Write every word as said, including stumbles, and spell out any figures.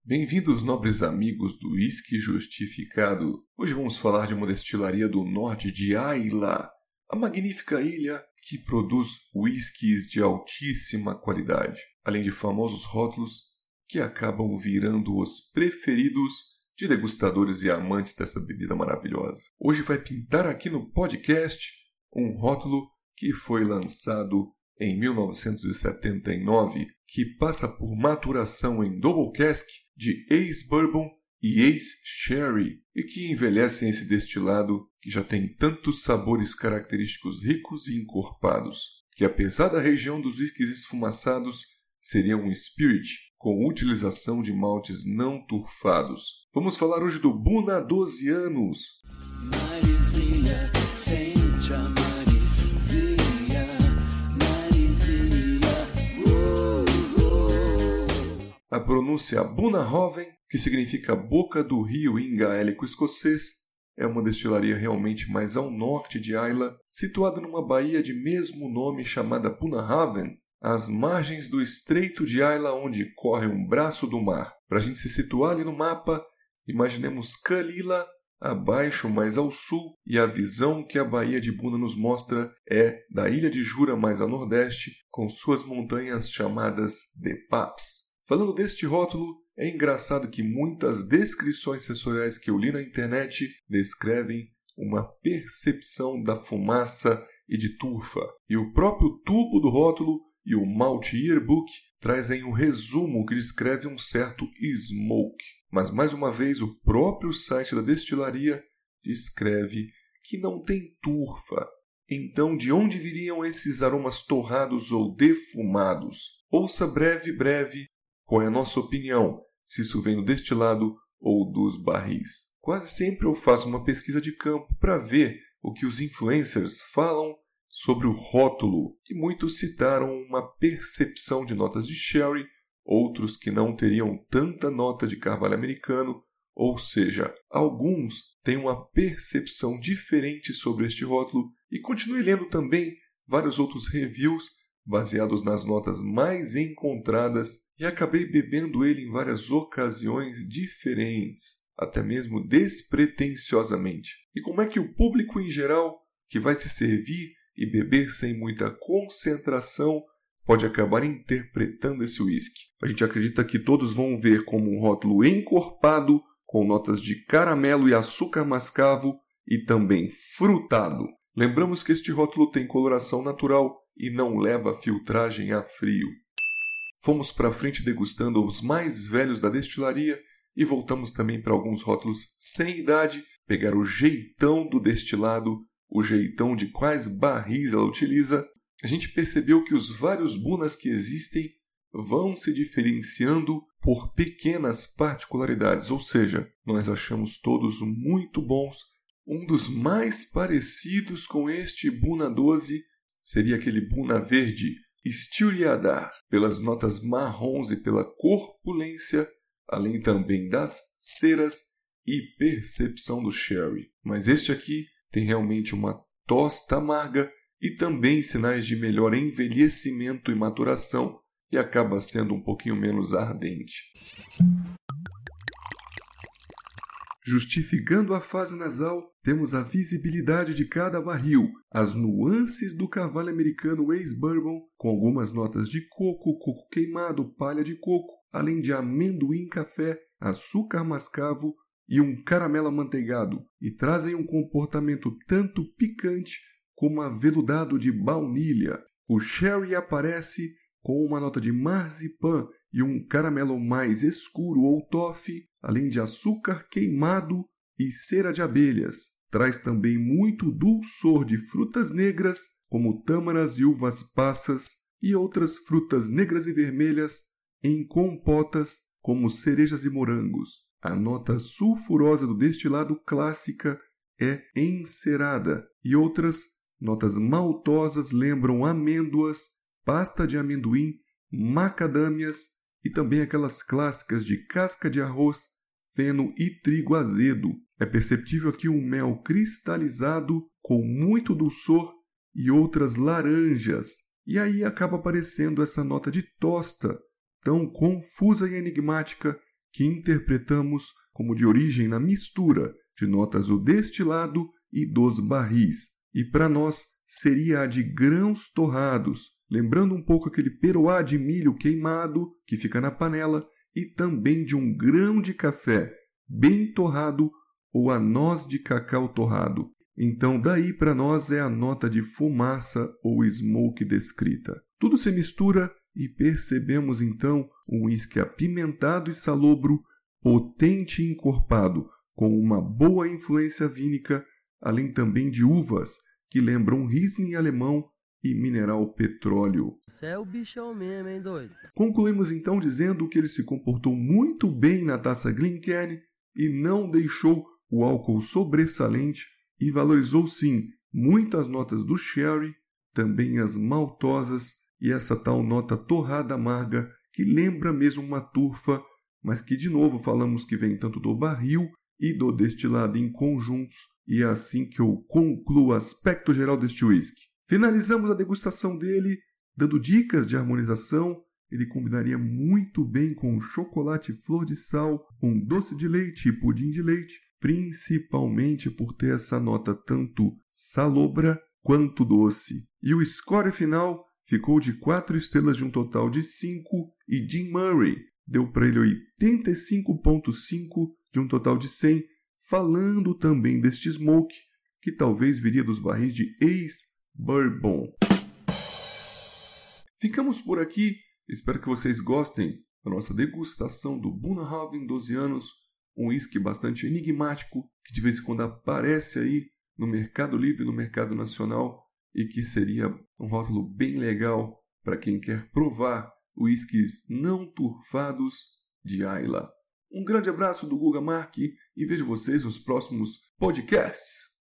Bem-vindos, nobres amigos do Whisky Justificado. Hoje vamos falar de uma destilaria do norte de Islay, a magnífica ilha que produz whiskies de altíssima qualidade, além de famosos rótulos que acabam virando os preferidos de degustadores e amantes dessa bebida maravilhosa. Hoje vai pintar aqui no podcast um rótulo que foi lançado em mil novecentos e setenta e nove, que passa por maturação em double cask de Ace Bourbon e Ace Sherry, e que envelhecem esse destilado que já tem tantos sabores característicos ricos e encorpados, que apesar da região dos whiskies esfumaçados, seria um spirit com utilização de maltes não turfados. Vamos falar hoje do Buna doze anos. Marizinha, sente a Marizinha, Marizinha, uh, uh. A pronúncia Bunnahabhain, que significa boca do rio em gaélico escocês, é uma destilaria realmente mais ao norte de Islay, situada numa baía de mesmo nome chamada Bunnahabhain, às margens do Estreito de Islay, onde corre um braço do mar. Para a gente se situar ali no mapa, imaginemos Kalila abaixo, mais ao sul, e a visão que a Baía de Buna nos mostra é da Ilha de Jura mais a nordeste, com suas montanhas chamadas The Paps. Falando deste rótulo, é engraçado que muitas descrições sensoriais que eu li na internet descrevem uma percepção da fumaça e de turfa, e o próprio tubo do rótulo e o Malt Yearbook trazem um resumo que descreve um certo smoke. Mas, mais uma vez, o próprio site da destilaria descreve que não tem turfa. Então, de onde viriam esses aromas torrados ou defumados? Ouça breve, breve, qual é a nossa opinião, se isso vem do destilado ou dos barris. Quase sempre eu faço uma pesquisa de campo para ver o que os influencers falam sobre o rótulo, e muitos citaram uma percepção de notas de sherry, outros que não teriam tanta nota de carvalho americano, ou seja, alguns têm uma percepção diferente sobre este rótulo, e continuei lendo também vários outros reviews baseados nas notas mais encontradas e acabei bebendo ele em várias ocasiões diferentes, até mesmo despretensiosamente. E como é que o público em geral, que vai se servir e beber sem muita concentração, pode acabar interpretando esse whisky? A gente acredita que todos vão ver como um rótulo encorpado, com notas de caramelo e açúcar mascavo e também frutado. Lembramos que este rótulo tem coloração natural e não leva filtragem a frio. Fomos para frente degustando os mais velhos da destilaria e voltamos também para alguns rótulos sem idade, pegar o jeitão do destilado, o jeitão de quais barris ela utiliza. A gente percebeu que os vários bunas que existem vão se diferenciando por pequenas particularidades, ou seja, nós achamos todos muito bons. Um dos mais parecidos com este Buna doze seria aquele Buna verde Styriadar, pelas notas marrons e pela corpulência, além também das ceras e percepção do sherry. Mas este aqui tem realmente uma tosta amarga e também sinais de melhor envelhecimento e maturação, e acaba sendo um pouquinho menos ardente. Justificando a fase nasal, temos a visibilidade de cada barril, as nuances do carvalho americano Ace Bourbon, com algumas notas de coco, coco queimado, palha de coco, além de amendoim café, açúcar mascavo e um caramelo amanteigado, e trazem um comportamento tanto picante como aveludado de baunilha. O sherry aparece com uma nota de marzipan e um caramelo mais escuro ou toffee, além de açúcar queimado e cera de abelhas. Traz também muito dulçor de frutas negras, como tâmaras e uvas passas, e outras frutas negras e vermelhas em compotas, como cerejas e morangos. A nota sulfurosa do destilado clássica é encerada, e outras notas maltosas lembram amêndoas, pasta de amendoim, macadâmias e também aquelas clássicas de casca de arroz, feno e trigo azedo. É perceptível aqui um mel cristalizado com muito dulçor e outras laranjas. E aí acaba aparecendo essa nota de tosta, tão confusa e enigmática, que interpretamos como de origem na mistura de notas do destilado e dos barris. E para nós seria a de grãos torrados, lembrando um pouco aquele peroá de milho queimado que fica na panela e também de um grão de café bem torrado ou a noz de cacau torrado. Então daí para nós é a nota de fumaça ou smoke descrita. Tudo se mistura e percebemos então um uísque apimentado e salobro, potente e encorpado, com uma boa influência vínica, além também de uvas que lembram Riesling alemão e mineral petróleo. Você é o bichão mesmo, hein, doido? Concluímos então dizendo que ele se comportou muito bem na taça Glencairn e não deixou o álcool sobressalente e valorizou sim muitas notas do sherry, também as maltosas e essa tal nota torrada amarga que lembra mesmo uma turfa, mas que de novo falamos que vem tanto do barril e do destilado em conjuntos, e é assim que eu concluo o aspecto geral deste whisky. Finalizamos a degustação dele, dando dicas de harmonização. Ele combinaria muito bem com chocolate flor de sal, com doce de leite e pudim de leite, principalmente por ter essa nota tanto salobra quanto doce. E o score final ficou de quatro estrelas de um total de cinco, e Jim Murray deu para ele oitenta e cinco vírgula cinco de um total de cem, falando também deste smoke, que talvez viria dos barris de ex-bourbon. Ficamos por aqui, espero que vocês gostem da nossa degustação do Bunnahabhain doze anos, um whisky bastante enigmático, que de vez em quando aparece aí no mercado livre, no mercado nacional, e que seria um rótulo bem legal para quem quer provar whiskies não turfados de Islay. Um grande abraço do Guga Mark e vejo vocês nos próximos podcasts.